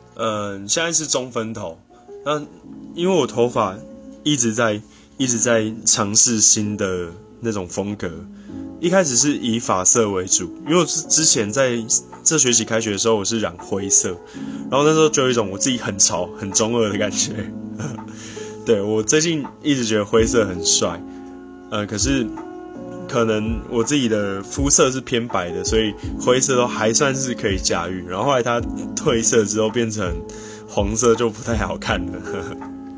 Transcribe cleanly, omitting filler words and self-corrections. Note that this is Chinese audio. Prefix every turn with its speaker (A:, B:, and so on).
A: 现在是中分头。那因为我头发一直在尝试新的那种风格。一开始是以发色为主，因为我之前在这学期开学的时候，我是染灰色，然后那时候就有一种我自己很潮、很中二的感觉。对，我最近一直觉得灰色很帅，可是可能我自己的肤色是偏白的，所以灰色都还算是可以驾驭。然后后来它褪色之后变成黄色就不太好看了。